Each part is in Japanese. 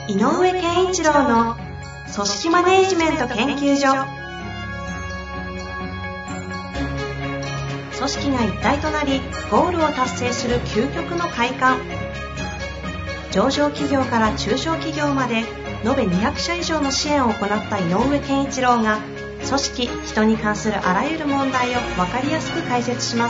井上健一郎の組織マネジメント研究所。組織が一体となりゴールを達成する究極の快感。上場企業から中小企業まで延べ200社以上の支援を行った井上健一郎が、組織・人に関するあらゆる問題を分かりやすく解説します。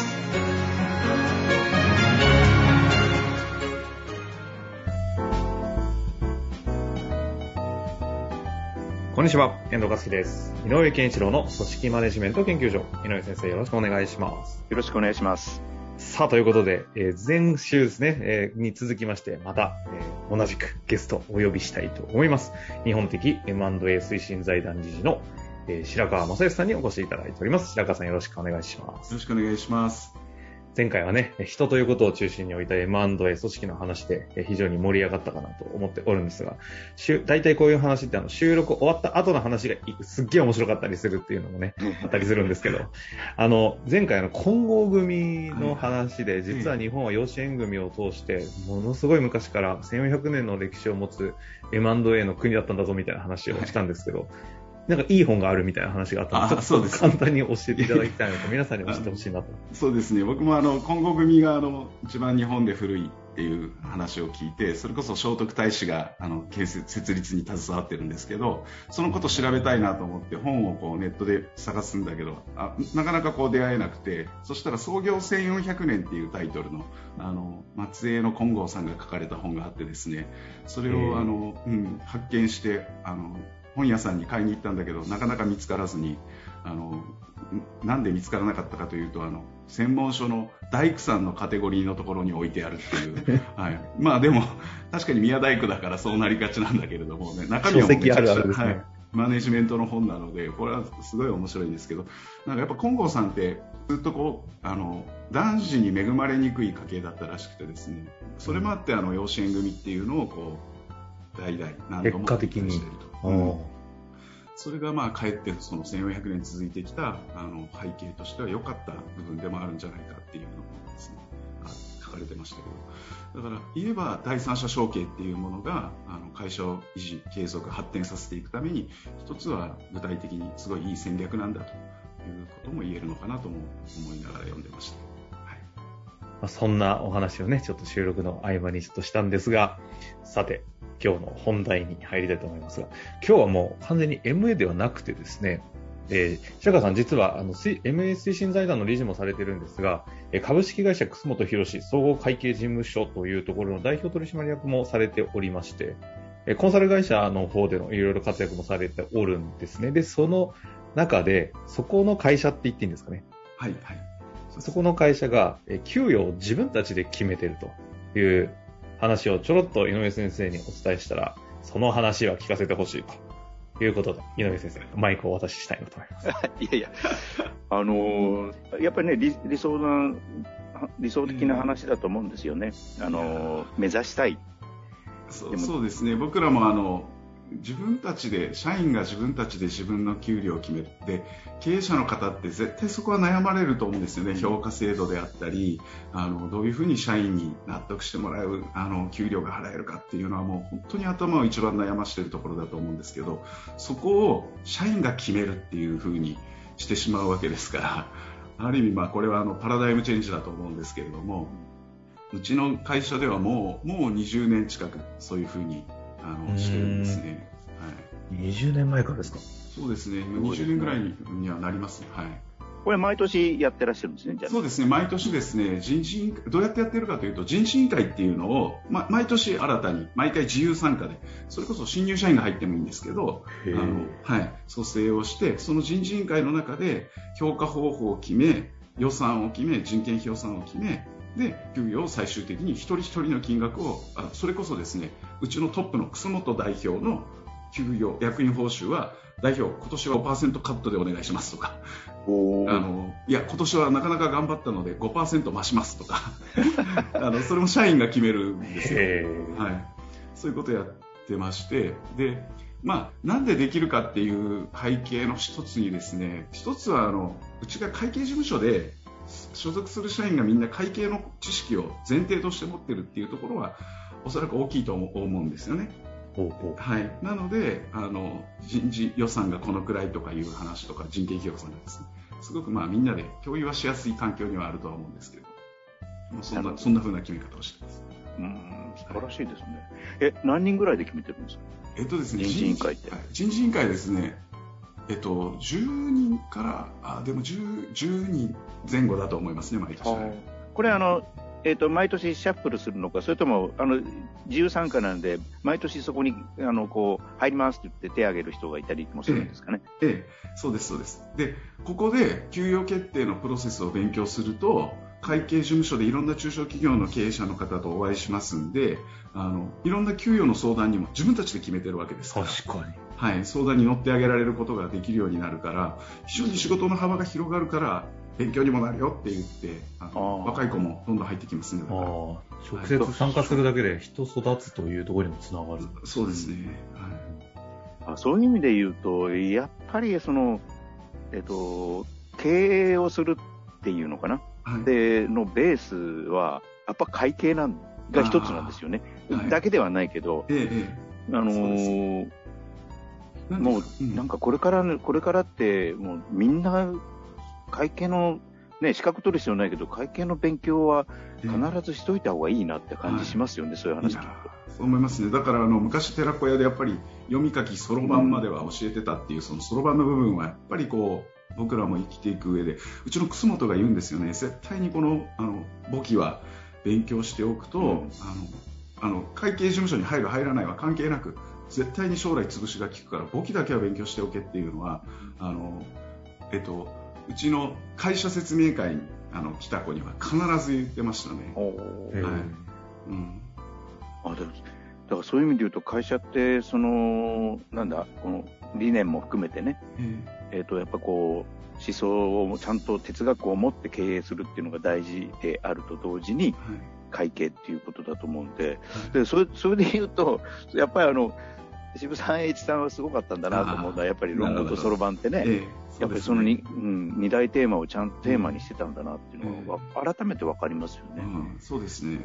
こんにちは、遠藤和樹です。井上健一郎の組織マネジメント研究所。井上先生、よろしくお願いします。 よろしくお願いします。 さあ、ということで、前週ですね、に続きまして、また、同じくゲストをお呼びしたいと思います。日本的 M&A 推進財団理事の、白川正義さんにお越しいただいております。白川さん、よろしくお願いします。 よろしくお願いします。 前回はね、人ということを中心に置いた M&A 組織の話で非常に盛り上がったかなと思っておるんですが、大体こういう話って収録終わった後の話がすっげえ面白かったりするっていうのもね、あったりするんですけど、前回金剛組の話で、実は日本は養子縁組を通して、ものすごい昔から1400年の歴史を持つ M&A の国だったんだぞみたいな話をしたんですけど、なんかいい本があるみたいな話があったので、ちょっと簡単に教えていただきたいのと、皆さんに教えてほしいなと。 そうですね、僕も金剛組が一番日本で古いっていう話を聞いて、それこそ聖徳太子が設立に携わってるんですけど、そのことを調べたいなと思って本をネットで探すんだけど、なかなか出会えなくて、そしたら創業1400年っていうタイトルの松江の金剛さんが書かれた本があってですね、それを発見して本屋さんに買いに行ったんだけど、なかなか見つからずに、なんで見つからなかったかというと、専門書の大工さんのカテゴリーのところに置いてあるっていう、はい、まあでも確かに宮大工だからそうなりがちなんだけれどもね、中身はめちゃくちゃ、はい、マネジメントの本なので、これはすごい面白いんですけど、なんかやっぱ金剛さんってずっと男子に恵まれにくい家系だったらしくてですね、それもあって養子縁組っていうのを代々何度も結果的にしていると。それがかえってその1400年続いてきた背景としては良かった部分でもあるんじゃないかっていうのがですね、書かれてましたけど、だから言えば第三者承継っていうものが会社を維持継続発展させていくために、一つは具体的にすごいいい戦略なんだということも言えるのかなとも思いながら読んでました。 そんなお話をね、ちょっと収録の合間にちょっとしたんですが、さて今日の本題に入りたいと思いますが、今日はもう完全に MA ではなくてですね、白川さん実はMA 推進財団の理事もされているんですが、株式会社楠本博史総合会計事務所というところの代表取締役もされておりまして、コンサル会社の方でのいろいろ活躍もされておるんですね。で、その中で、そこの会社って言っていいんですかね。 はいはい。 そこの会社が給与を自分たちで決めているという話をちょろっと井上先生にお伝えしたら、その話は聞かせてほしいということで、井上先生、マイクをお渡ししたいなと思います。 いやいや、やっぱりね、理想的な話だと思うんですよね。目指したい。 そうですね。僕らも自分たちで、社員が自分たちで自分の給料を決めて、経営者の方って絶対そこは悩まれると思うんですよね。評価制度であったり、どういうふうに社員に納得してもらう給料が払えるかっていうのはもう本当に頭を一番悩ましているところだと思うんですけど、そこを社員が決めるっていうふうにしてしまうわけですから、ある意味これはパラダイムチェンジだと思うんですけれども、うちの会社ではもう20年近くそういうふうにしてるんですね。 はい、20年前からですか？ そうですね。20年ぐらいにはなりますね。はい。 これ毎年やってらっしゃるんですね。じゃあそうですね。毎年ですね、どうやってやってるかというと、人事委員会っていうのを、毎年新たに、毎回自由参加で、それこそ新入社員が入ってもいいんですけど、はい、蘇生をして、その人事委員会の中で評価方法を決め、予算を決め、人件費予算を決め、で給与を最終的に一人一人の金額を、それこそですね、うちのトップの楠本代表の給与、役員報酬は代表今年は 5% カットでお願いしますとか、いや今年はなかなか頑張ったので 5% 増しますとかそれも社員が決めるんですよ。はい、そういうことやってまして、でなんでできるかっていう背景の一つにですね、一つはうちが会計事務所で所属する社員がみんな会計の知識を前提として持っているっていうところはおそらく大きいと思うんですよね。 はい、なので人事予算がこのくらいとかいう話とか人件費予算がですね、すごくみんなで共有はしやすい環境にはあるとは思うんですけど、そんな風な決め方をしています。 素晴らしいですね。何人ぐらいで決めてるんですか？ ですね、 人事委員会って。 人事委員会ですね、10人からでも 10人前後だと思いますね、毎年。 これ毎年シャッフルするのか、それとも自由参加なんで毎年そこにこう入りますって言って手を挙げる人がいたりもするんですかね。 そうです。でここで給与決定のプロセスを勉強すると、会計事務所でいろんな中小企業の経営者の方とお会いしますんで、いろんな給与の相談にも自分たちで決めてるわけですから、 確かに、 はい、相談に乗ってあげられることができるようになるから、非常に仕事の幅が広がるから勉強にもなるよって言って若い子もどんどん入ってきますね。 直接参加するだけで人育つというところにもつながる。 そうですね、 そういう意味で言うと、やっぱり経営をするっていうのかな、でのベースはやっぱ会計が一つなんですよね。だけではないけど、もうなんかこれからってもうみんな会計のね、資格取る必要ないけど会計の勉強は必ずしといた方がいいなって感じしますよね、そういう話聞くと。 そう思いますね。だから昔寺子屋でやっぱり読み書きそろばんまでは教えてたっていう、そのそろばんの部分はやっぱりこう僕らも生きていく上で、うちの楠本が言うんですよね。絶対にこの簿記は勉強しておくと、会計事務所に入る入らないは関係なく絶対に将来潰しが効くから簿記だけは勉強しておけっていうのはうちの会社説明会に来た子には必ず言ってましたね。 だからそういう意味で言うと会社ってこの理念も含めてね、やっぱこう思想をちゃんと哲学を持って経営するっていうのが大事であると同時に、会計っていうことだと思うんで、それで言うとやっぱり渋沢栄一さんはすごかったんだなと思うのは、やっぱり論語とそろばんってね、やっぱりその2大テーマをちゃんとテーマにしてたんだなっていうのが改めて分かりますよね。 そうですね。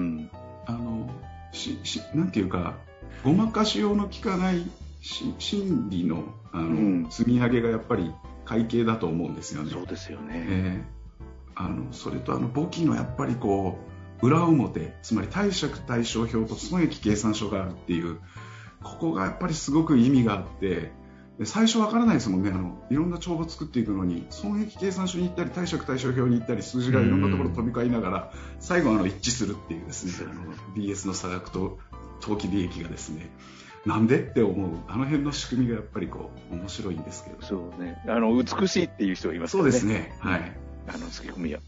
なんていうかごまかしようの効かない心理の積み上げがやっぱり会計だと思うんですよね。 そうですよね。 それと簿記のやっぱりこう裏表、つまり貸借対照表と損益計算書があるっていう、ここがやっぱりすごく意味があって、最初わからないですもんね。いろんな帳簿を作っていくのに損益計算書に行ったり貸借対照表に行ったり、数字がいろんなところ飛び交いながら最後一致するっていうですね、BS の差額と当期利益がですね、なんでって思う辺の仕組みがやっぱりこう面白いんですけど。 そうね、美しいっていう人がいますからね。 そうですね、はい。 付け込みは、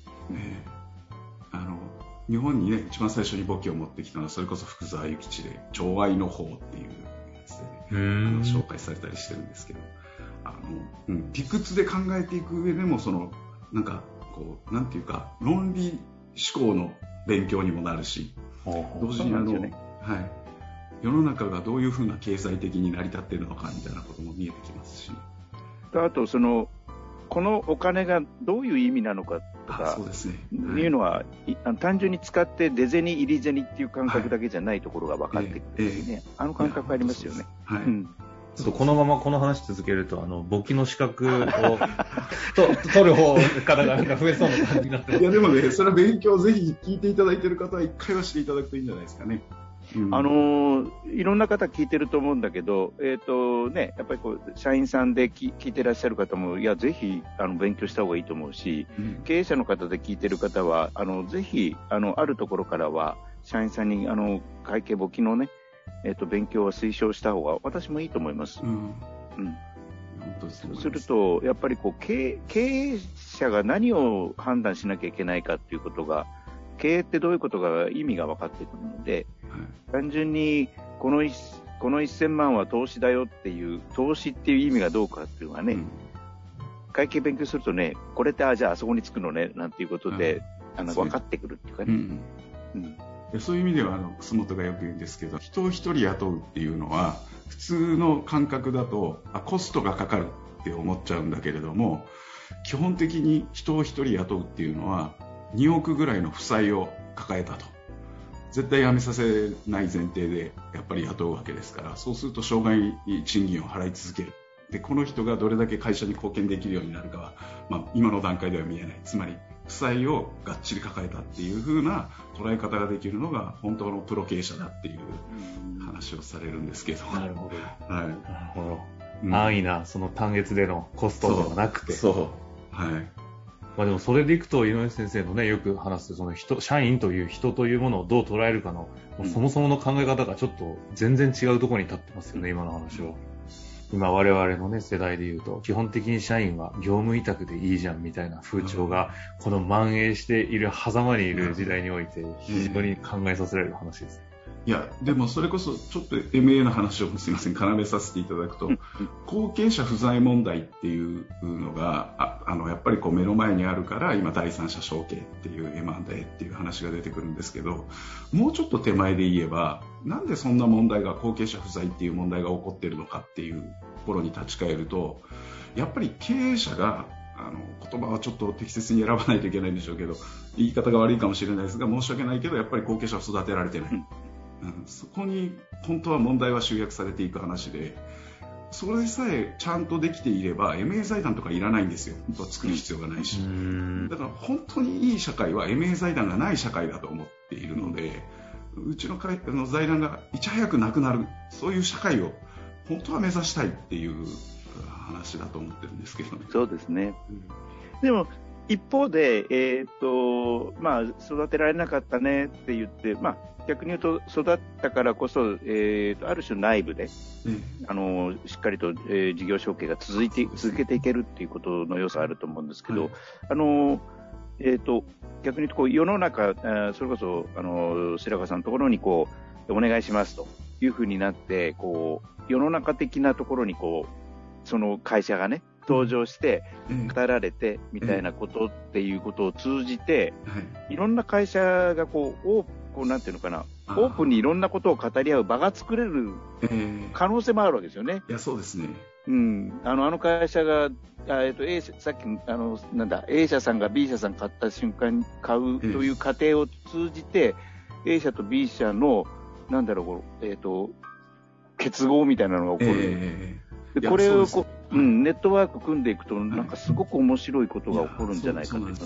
日本にね一番最初に簿記を持ってきたのはそれこそ福沢諭吉で徴愛の法っていうやつで、紹介されたりしてるんですけど、理屈で考えていく上でもなんていうか論理思考の勉強にもなるし、同時に世の中がどういうふうな経済的に成り立っているのかみたいなことも見えてきますし、 あとこのお金がどういう意味なのかとかいうのは、単純に使って出銭入り銭っていう感覚だけじゃないとこころが分かってくるんですね。感覚ありますよね。 ちょっとこのままこの話続けると簿記の資格を取る方からが増えそうな感じになってます。 いやでもね、それは勉強ぜひ聞いていただいている方は一回はしていただくといいんじゃないですかね。いろんな方聞いてると思うんだけど、やっぱり社員さんで聞いてらっしゃる方も、いやぜひ勉強した方がいいと思うし、経営者の方で聞いてる方はぜひあるところからは社員さんに会計簿記のね、勉強は推奨した方が私もいいと思います。そうするとやっぱり経営者が何を判断しなきゃいけないかっていうことが、経営ってどういうことが意味が分かってくるので、単純にこの1000万は投資だよっていう、投資っていう意味がどうかっていうのはね、会計勉強するとね、これってじゃああそこにつくのねなんていうことで分かってくるっていうかね。 そういう意味では楠本がよく言うんですけど、人を一人雇うっていうのは普通の感覚だとコストがかかるって思っちゃうんだけれども、基本的に人を一人雇うっていうのは2億ぐらいの負債を抱えたと。 絶対辞めさせない前提でやっぱり雇うわけですから、そうすると生涯賃金を払い続ける。でこの人がどれだけ会社に貢献できるようになるかは、今の段階では見えない。つまり負債をがっちり抱えたっていう風な捉え方ができるのが本当のプロ経営者だっていう話をされるんですけど。 なるほど。 はい。 なるほど。安易なその単月でのコストではなくて。 そう。はい。 でもそれでいくと井上先生のねよく話すその社員という人というものをどう捉えるかの、そもそもの考え方がちょっと全然違うところに立ってますよね、今の話は。今我々のね世代で言うと基本的に社員は業務委託でいいじゃんみたいな風潮がこの蔓延している狭間にいる時代において非常に考えさせられる話です。 いやでもそれこそちょっと MA の話をすいません絡めさせていただくと、後継者不在問題っていうのがやっぱりこう目の前にあるから今第三者承継っていう M&A っていう話が出てくるんですけど、もうちょっと手前で言えばなんでそんな問題が後継者不在っていう問題が起こっているのかっていうところに立ち返ると、やっぱり経営者が言葉はちょっと適切に選ばないといけないんでしょうけど、言い方が悪いかもしれないですが申し訳ないけどやっぱり後継者を育てられてない、そこに本当は問題は集約されていく話で、それさえちゃんとできていれば MA 財団とかいらないんですよ。本当は作る必要がないし、だから本当にいい社会は MA 財団がない社会だと思っているので、うちの財団がいち早くなくなる、そういう社会を本当は目指したいっていう話だと思ってるんですけどね。 そうですね、でも一方で、育てられなかったねって言って、逆に言うと育ったからこそ、ある種内部で、しっかりと、事業承継が続けていけるっていうことの良さあると思うんですけど、逆に言うとこう世の中、それこそ白川さんのところにこうお願いしますというふうになってこう世の中的なところにこうその会社がね登場して語られてみたいなことっていうことを通じて、いろんな会社がこうなんていうのかな、オープンにいろんなことを語り合う場が作れる可能性もあるわけですよね。 いやそうですね。 会社がさっきA 社さんが B 社さん買った瞬間に買うという過程を通じて A 社と B 社の結合みたいなのが起こる。でこれをネットワーク組んでいくとなんかすごく面白いことが起こるんじゃないかと思います。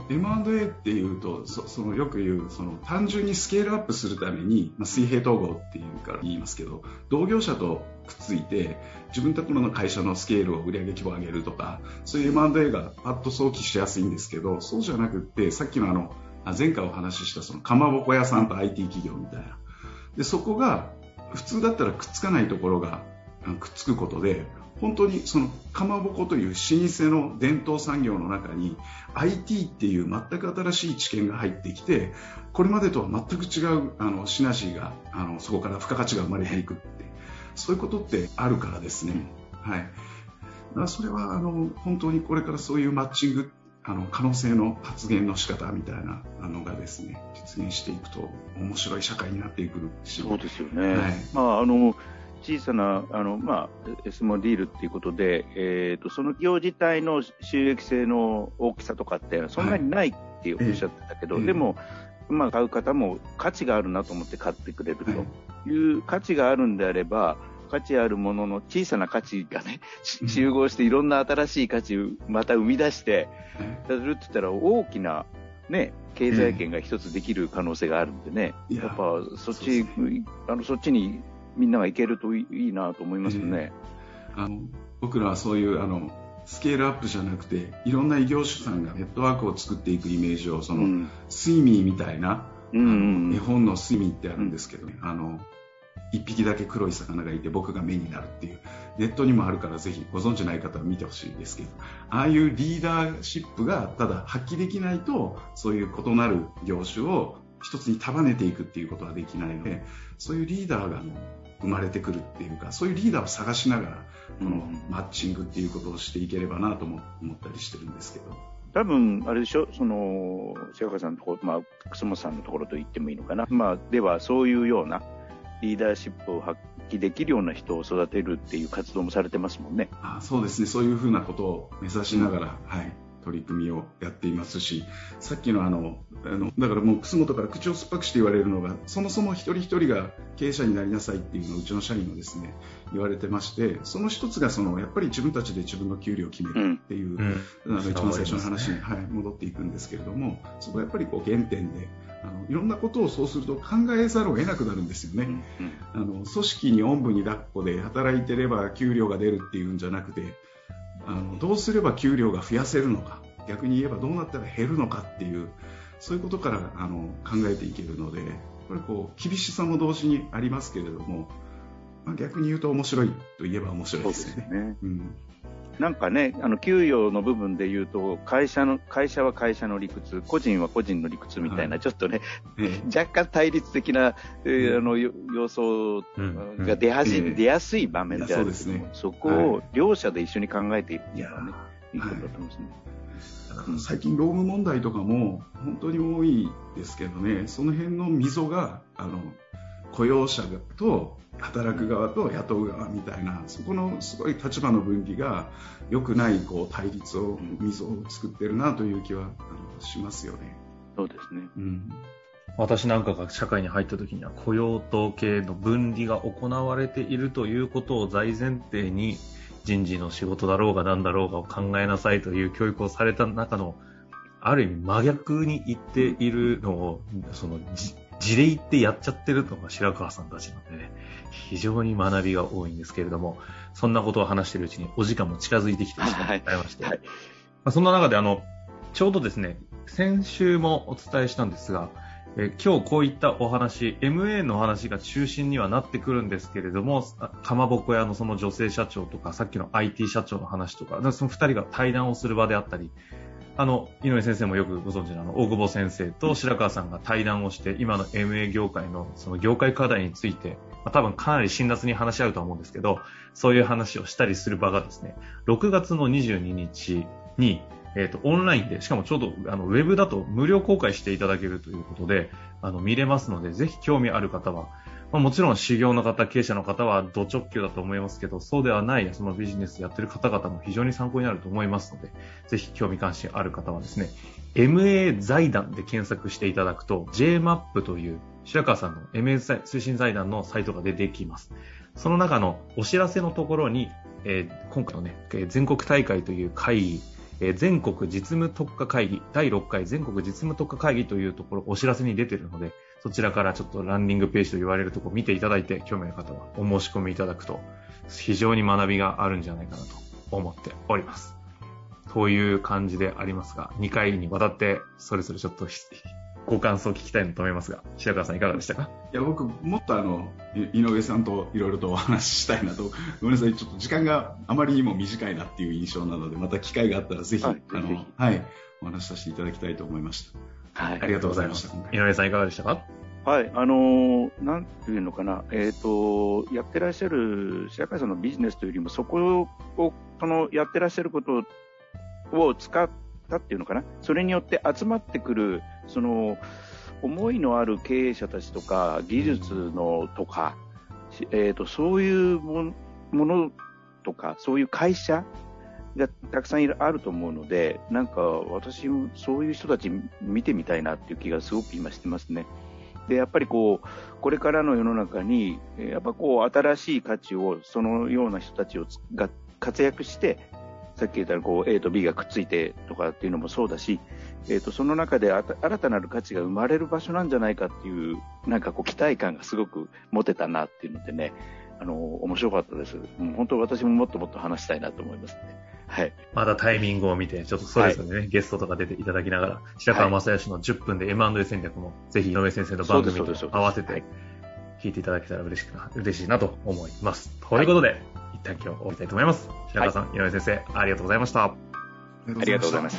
M&A っていうとよく言う単純にスケールアップするために、水平統合っていうから言いますけど、同業者とくっついて自分たちの会社のスケールを売上規模を上げるとか、そういう M&A がパッと想起しやすいんですけど、そうじゃなくってさっきの前回お話ししたかまぼこ屋さんと IT 企業みたいなで、そこが普通だったらくっつかないところがくっつくことで、本当にかまぼこという老舗の伝統産業の中に IT っていう全く新しい知見が入ってきて、これまでとは全く違うシナジーがそこから付加価値が生まれていくって、そういうことってあるからですね。はい。だからそれは本当にこれからそういうマッチング可能性の発言の仕方みたいなのがですね実現していくと面白い社会になっていくし。 そうですよね。はい。小さなスモールディールっていうことで、その業自体の収益性の大きさとかってそんなにないっておっしゃってたけど、でも、買う方も価値があるなと思って買ってくれるという価値があるんであれば、価値あるものの小さな価値がね集合していろんな新しい価値をまた生み出してするって言ったら大きなね経済圏が一つできる可能性があるんでね、やっぱそっちにみんながいけるといいなと思いますよね。 僕らはそういうスケールアップじゃなくて、いろんな異業種さんがネットワークを作っていくイメージをスイミーみたいな、絵本のスイミーってあるんですけど、一匹だけ黒い魚がいて僕が目になるっていう、ネットにもあるからぜひご存知ない方は見てほしいですけど、ああいうリーダーシップがただ発揮できないと、そういう異なる業種を一つに束ねていくっていうことはできないので、そういうリーダーが生まれてくるっていうか、そういうリーダーを探しながらこのマッチングっていうことをしていければなとも思ったりしてるんですけど、 多分あれでしょ、瀬岡さんのところ、楠本さんのところと言ってもいいのかな、ではそういうようなリーダーシップを発揮できるような人を育てるっていう活動もされてますもんね。 そうですね、そういうふうなことを目指しながら、 取り組みをやっていますし、さっきのだからもう楠本から口を酸っぱくして言われるのが、そもそも一人一人が経営者になりなさいっていうのをうちの社員のですね言われてまして、その一つがやっぱり自分たちで自分の給料を決めるっていう、一番最初の話に、戻っていくんですけれども、そこはやっぱり原点でいろんなことをそうすると考えざるを得なくなるんですよね。組織におんぶに抱っこで働いてれば給料が出るっていうんじゃなくて、どうすれば給料が増やせるのか、逆に言えばどうなったら減るのかっていう、そういうことから考えていけるので、これ厳しさも同時にありますけれども、逆に言うと面白いと言えば面白いですよね。 なんかね、給与の部分で言うと、会社は会社の理屈、個人は個人の理屈みたいな、ちょっとね、若干対立的な、要素が出やすい場面であるんですけど、そこを両者で一緒に考えているっていうのはね、いいことだと思いますね。 最近労務問題とかも本当に多いですけどね、その辺の溝が雇用者と働く側と雇う側みたいな、そこのすごい立場の分岐が良くない対立を溝を作ってるなという気はしますよね。 そうですね。 私なんかが社会に入った時には雇用と経営の分離が行われているということを大前提に、人事の仕事だろうが何だろうがを考えなさいという教育をされた中の、ある意味真逆に言っているのを地で言ってやっちゃってるのが白川さんたちなのでね、非常に学びが多いんですけれども、そんなことを話しているうちにお時間も近づいてきてしまいまして、そんな中でちょうどですね、先週もお伝えしたんですが、今日こういったお話、MA の話が中心にはなってくるんですけれども、かまぼこ屋のその女性社長とか、さっきの IT 社長の話とか、その二人が対談をする場であったり、井上先生もよくご存知の大久保先生と白川さんが対談をして、今の MA 業界のその業界課題について、多分かなり辛辣に話し合うとは思うんですけど、そういう話をしたりする場がですね、6月の22日に、オンラインで、しかもちょうどウェブだと無料公開していただけるということで、見れますので、ぜひ興味ある方は、もちろん修行の方、経営者の方はド直球だと思いますけど、そうではないそのビジネスやってる方々も非常に参考になると思いますので、ぜひ興味関心ある方はですね、MA 財団で検索していただくと JMAP という白川さんの MA 推進財団のサイトが出てきます。その中のお知らせのところに、今回のね、全国大会という会議、全国実務特化会議、第6回全国実務特化会議というところ、お知らせに出ているので、そちらからちょっとランディングページと言われるところを見ていただいて、興味ある方はお申し込みいただくと、非常に学びがあるんじゃないかなと思っております。という感じでありますが、2回にわたって、それぞれちょっとご感想を聞きたいなと思いますが、白川さんいかがでしたか？ いや、僕もっと井上さんといろいろとお話ししたいなと。ごめんなさい、ちょっと時間があまりにも短いなっていう印象なので、また機会があったらぜひ、お話しさせていただきたいと思いました。 ありがとうございました。井上さんいかがでしたか？ はい、なんていうのかな、やってらっしゃる白川さんのビジネスというよりも、そこをやってらっしゃることを使ったっていうのかな、それによって集まってくるその思いのある経営者たちとか技術のとか、そういうものとか、そういう会社がたくさんあると思うので、なんか私もそういう人たち見てみたいなっていう気がすごく今してますね。でやっぱりこれからの世の中にやっぱ新しい価値を、そのような人たちが活躍して、さっき言ったA と B がくっついてとかっていうのもそうだし、その中で新たなる価値が生まれる場所なんじゃないかっていう、なんか期待感がすごく持てたなっていうのでね、面白かったです。本当私ももっともっと話したいなと思いますね。はい。 まだタイミングを見て、ちょっとそれぞれね、ゲストとか出ていただきながら、白川正義の10分で M&A 戦略も、ぜひ井上先生の番組と合わせて聞いていただけたら嬉しいなと思います。ということで、一旦今日終わりたいと思います。白川さん、井上先生、ありがとうございました。 ありがとうございました。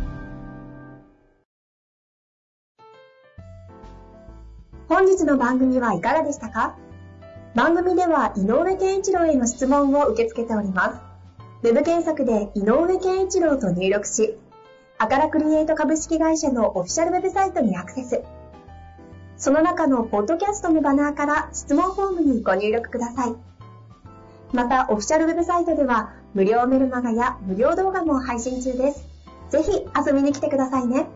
本日の番組はいかがでしたか？番組では井上健一郎への質問を受け付けております。ウェブ検索で井上健一郎と入力し、アカラクリエイト株式会社のオフィシャルウェブサイトにアクセス。その中のポッドキャストのバナーから質問フォームにご入力ください。また、オフィシャルウェブサイトでは無料メルマガや無料動画も配信中です。 ぜひ遊びに来てくださいね。